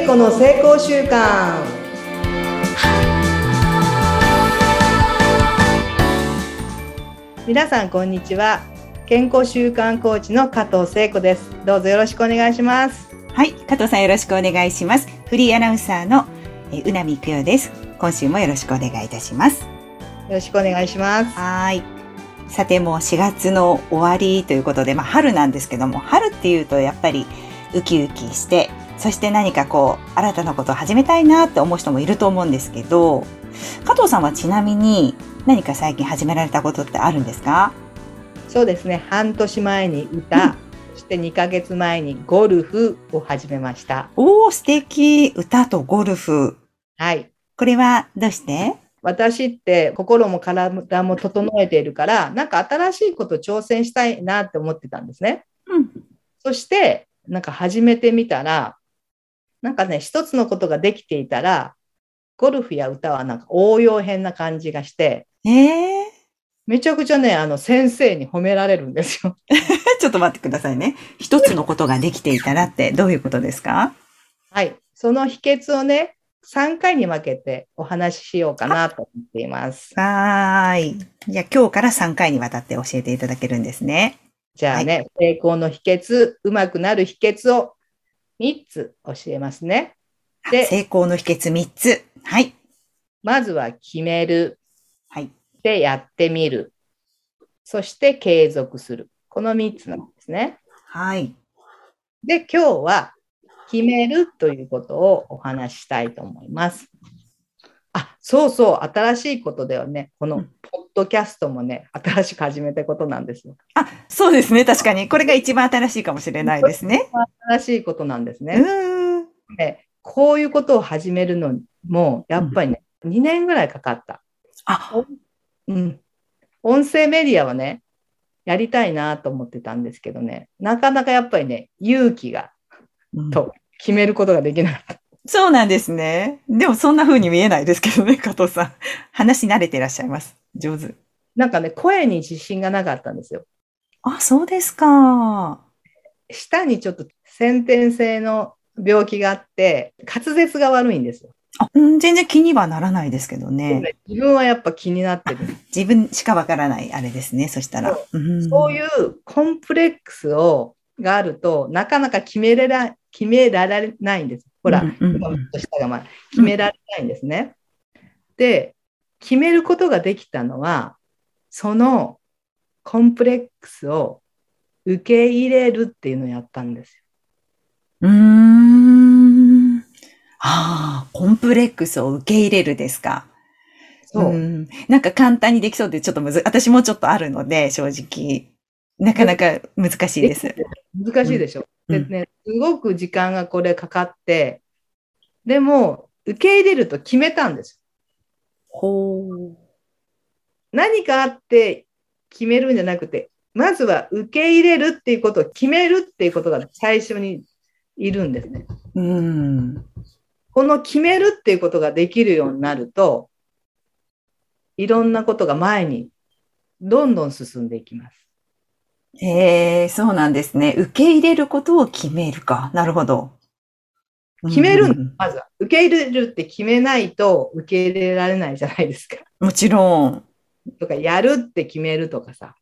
子の成功習慣。皆さんこんにちは。健康習慣コーチの加藤聖子です。どうぞよろしくお願いします。 はい、加藤さんよろしくお願いします。フリーアナウンサーの宇波育代です。今週もよろしくお願いいたします。 よろしくお願いします。 はい。さてもう4月の終わりということで、春なんですけども、春っていうとやっぱりウキウキして、そして何か新たなことを始めたいなって思う人もいると思うんですけど、加藤さんはちなみに何か最近始められたことってあるんですか？ そうですね。半年前に歌、そして2ヶ月前にゴルフを始めました。 おー、素敵。歌とゴルフ。 はい。 これはどうして？ 私って心も体も整えているから、なんか新しいことを挑戦したいなって思ってたんですね。そして、なんか始めてみたら、なんかね、一つのことができていたら、ゴルフや歌はなんか応用編な感じがして、めちゃくちゃね、先生に褒められるんですよ。 ちょっと待ってくださいね。一つのことができていたらってどういうことですか？ はい。その秘訣をね、3回に分けてお話ししようかなと思っています。 はーい。じゃあ今日から3回にわたって教えていただけるんですね。 じゃあね、成功の秘訣、うまくなる秘訣を3つ教えますね。 で、成功の秘訣3つ。はい。 まずは決める。 はい。 で、やってみる。そして継続する。この3つなんですね。 はい。 で、今日は決めるということをお話ししたいと思います。そうそう、新しいことではね、このポッドキャストもね、新しく始めたことなんですよ。 そうですね。確かに。これが一番新しいかもしれないですね。 新しいことなんですね。で、こういうことを始めるのも、やっぱりね、2年ぐらいかかった。音声メディアはね、やりたいなと思ってたんですけどね、なかなかやっぱりね、勇気が、と決めることができなかった。 そうなんですね。でもそんな風に見えないですけどね、加藤さん。話し慣れていらっしゃいます。上手。 なんかね、声に自信がなかったんですよ。 そうですか。 舌にちょっと先天性の病気があって、滑舌が悪いんですよ。 全然気にはならないですけどね。 自分はやっぱ気になってる。 自分しかわからないあれですね、そしたら。 そういうコンプレックスがあると、なかなか決められないんです。ほら、決められないんですね。で、決めることができたのは、そのコンプレックスを受け入れるっていうのをやったんですよ。 コンプレックスを受け入れるですか。なんか簡単にできそうで、ちょっと私もちょっとあるので、正直。なかなか難しいです。 難しいでしょ。でね、すごく時間がこれかかって、でも、受け入れると決めたんですよ。何かあって決めるんじゃなくて、まずは受け入れるっていうことを決めるっていうことが最初にいるんですね。この決めるっていうことができるようになると、いろんなことが前にどんどん進んでいきます。 そうなんですね。受け入れることを決めるか。なるほど。 決めるまずは。受け入れるって決めないと受け入れられないじゃないですか。 もちろん。 とか、やるって決めるとかさ。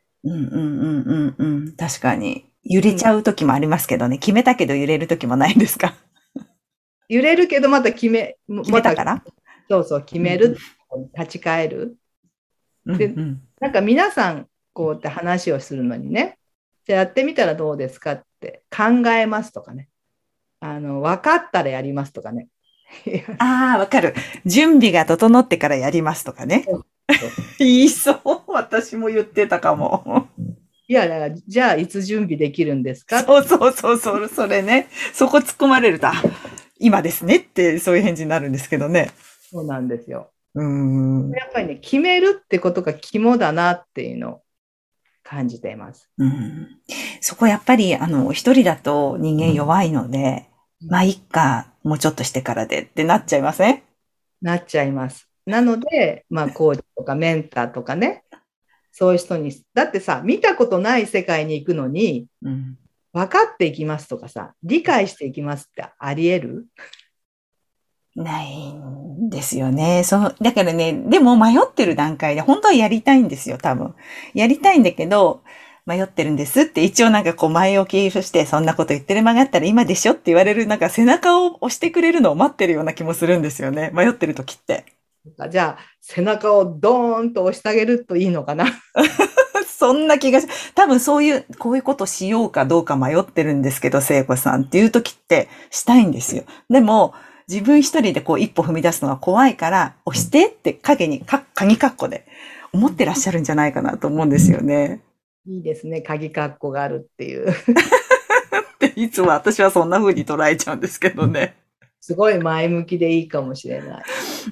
確かに。揺れちゃう時もありますけどね。決めたけど揺れる時もないですか？ 揺れるけどまた決めたから？ そう、決める、立ち返る。で、なんか皆さん、こうやって話をするのにね、じゃあやってみたらどうですかって考えますとかね。分かったらやりますとかね。 わかる。準備が整ってからやりますとかね。言いそう。私も言ってたかも。 いや、だからじゃあいつ準備できるんですか？ そう、それね。そこ突っ込まれると、今ですねってそういう返事になるんですけどね。 そうなんですよ。やっぱりね、決めるってことが肝だなっていうのを感じています。 そこやっぱり、一人だと人間弱いので、いっか、もうちょっとしてからでってなっちゃいません？ なっちゃいます。なので、コーチとかメンターとかね、そういう人に、だってさ、見たことない世界に行くのに、 分かっていきますとかさ、理解していきますってあり得る？ ないんですよね。だからね、でも迷ってる段階で、本当はやりたいんですよ、多分。やりたいんだけど、迷ってるんですって一応なんかこう前置きとして、そんなこと言ってる間があったら今でしょって言われる、なんか背中を押してくれるのを待ってるような気もするんですよね。迷ってる時って。 じゃあ、背中をドーンと押してあげるといいのかな。 そんな気が多分こういうことしようかどうか迷ってるんですけど、聖子さんっていう時ってしたいんですよ。でも、自分一人でこう一歩踏み出すのは怖いから、押してって鍵括弧で思ってらっしゃるんじゃないかなと思うんですよね。 いいですね、鍵括弧があるっていう。 っていつも私はそんな風に捉えちゃうんですけどね。 すごい前向きでいいかもしれない。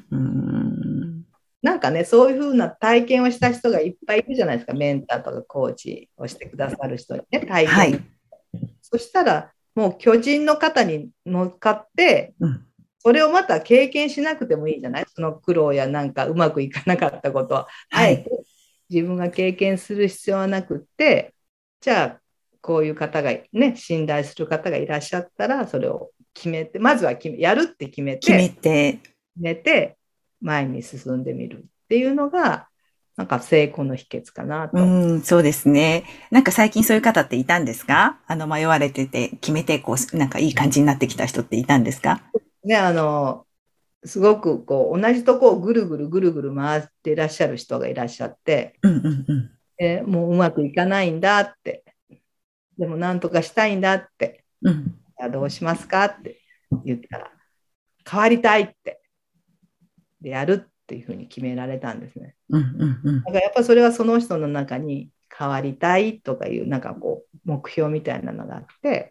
なんかね、そういうふうな体験をした人がいっぱいいるじゃないですか。メンターとかコーチをしてくださる人にね、体験。はい、そしたら、もう巨人の肩に乗っかって、それをまた経験しなくてもいいじゃない？その苦労やなんかうまくいかなかったことは、あえて自分が経験する必要はなくって、じゃあ、こういう方がね、信頼する方がいらっしゃったら、それを決めて、まずはやるって決めて、前に進んでみるっていうのが、なんか成功の秘訣かなと。 そうですね。なんか最近そういう方っていたんですか？迷われてて、決めて、こう、なんかいい感じになってきた人っていたんですか？ ね、すごくこう、同じとこをぐるぐるぐるぐる回っていらっしゃる人がいらっしゃって、もううまくいかないんだって。でもなんとかしたいんだって。じゃあどうしますかって言ったら、変わりたいって。で、やるっていうふうに決められたんですね。だからやっぱそれはその人の中に変わりたいとかいうなんかこう目標みたいなのがあって、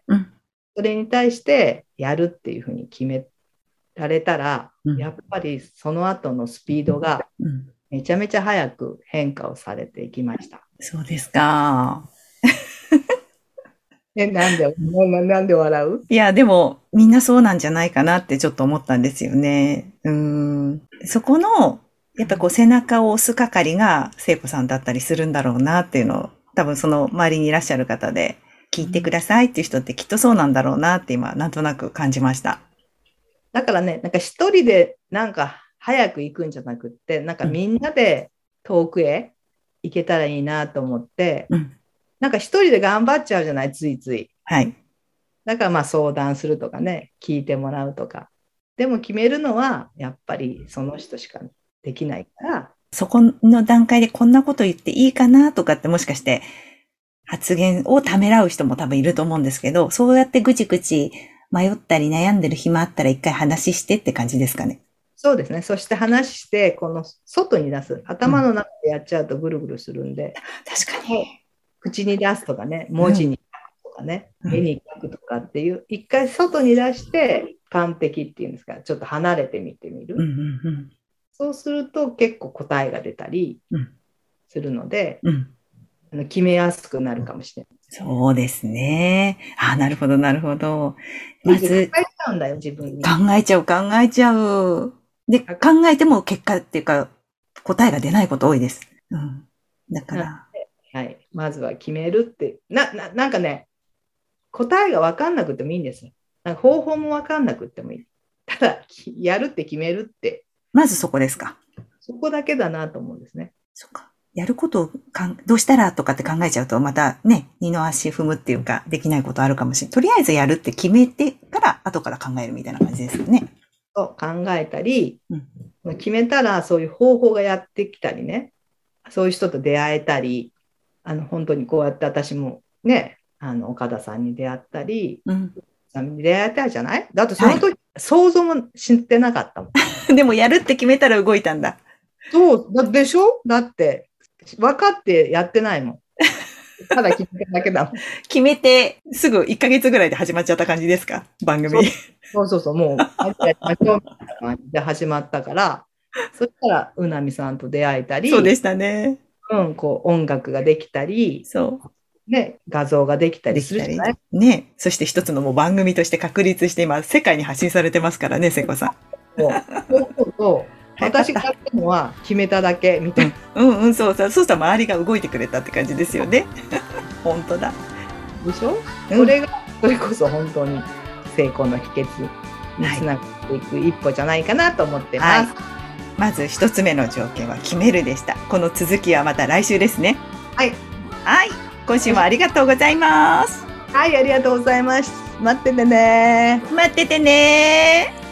それに対してやるっていうふうに決められたら、やっぱりその後のスピードがめちゃめちゃ早く変化をされていきました。 そうですか。 なんで笑う？ いや、でも、みんなそうなんじゃないかなってちょっと思ったんですよね。そこの、やっぱこう背中を押す係が聖子さんだったりするんだろうなっていうのを、多分その周りにいらっしゃる方で、聞いてくださいっていう人ってきっとそうなんだろうなって今、なんとなく感じました。 だからね、なんか一人でなんか早く行くんじゃなくって、なんかみんなで遠くへ行けたらいいなと思って、なんか一人で頑張っちゃうじゃない、ついつい。 はい。 だからまあ相談するとかね、聞いてもらうとか。でも決めるのはやっぱりその人しかできないから。 そこの段階でこんなこと言っていいかなとかってもしかして発言をためらう人も多分いると思うんですけど、そうやってぐちぐち迷ったり悩んでる暇あったら一回話してって感じですかね。 そうですね。そして話して、この外に出す。頭の中でやっちゃうとぐるぐるするんで。 確かに。 口に出すとかね、文字に書くとかね、絵に書くとかっていう、一回外に出して、完璧っていうんですか、ちょっと離れてみてみる。そうすると結構答えが出たりするので、決めやすくなるかもしれない。 そうですね。なるほど、なるほど。まず、 考えちゃうんだよ、自分に。 考えちゃう。で、考えても結果っていうか、答えが出ないこと多いです。だから。 はい。まずは決めるって。なんかね、答えが分かんなくてもいいんですよ。なんか方法も分かんなくてもいい。ただ、やるって決めるって。 まずそこですか。 そこだけだなと思うんですね。 そっか。やることをどうしたらとかって考えちゃうと、またね、二の足踏むっていうか、できないことあるかもしれない。とりあえずやるって決めてから、後から考えるみたいな感じですよね。 そう考えたり、決めたらそういう方法がやってきたりね、そういう人と出会えたり、本当にこうやって私もね、岡田さんに出会ったり、出会えたじゃない？だってその時、想像もしてなかったもん。でもやるって決めたら動いたんだ。 そうでしょ？だって分かってやってないもん。ただ決めただけだもん。 決めてすぐ1ヶ月ぐらいで始まっちゃった感じですか？番組。 そう、もうで始まったから、そしたらうなみさんと出会えたり、 そうでしたね。 こう音楽ができたり、ね、画像ができたりするじゃない？ ね。そして一つのもう番組として確立して今、世界に発信されてますからね、聖子さん。 そう。私がやったのは決めただけみたいな。 そうしたら周りが動いてくれたって感じですよね。本当だ。 でしょ、これがそれこそ本当に成功の秘訣につながっていく一歩じゃないかなと思ってます。 まず一つ目の条件は決めるでした。この続きはまた来週ですね。 はい。 はい。今週もありがとうございます。 はい、ありがとうございます。待っててね。 待っててね。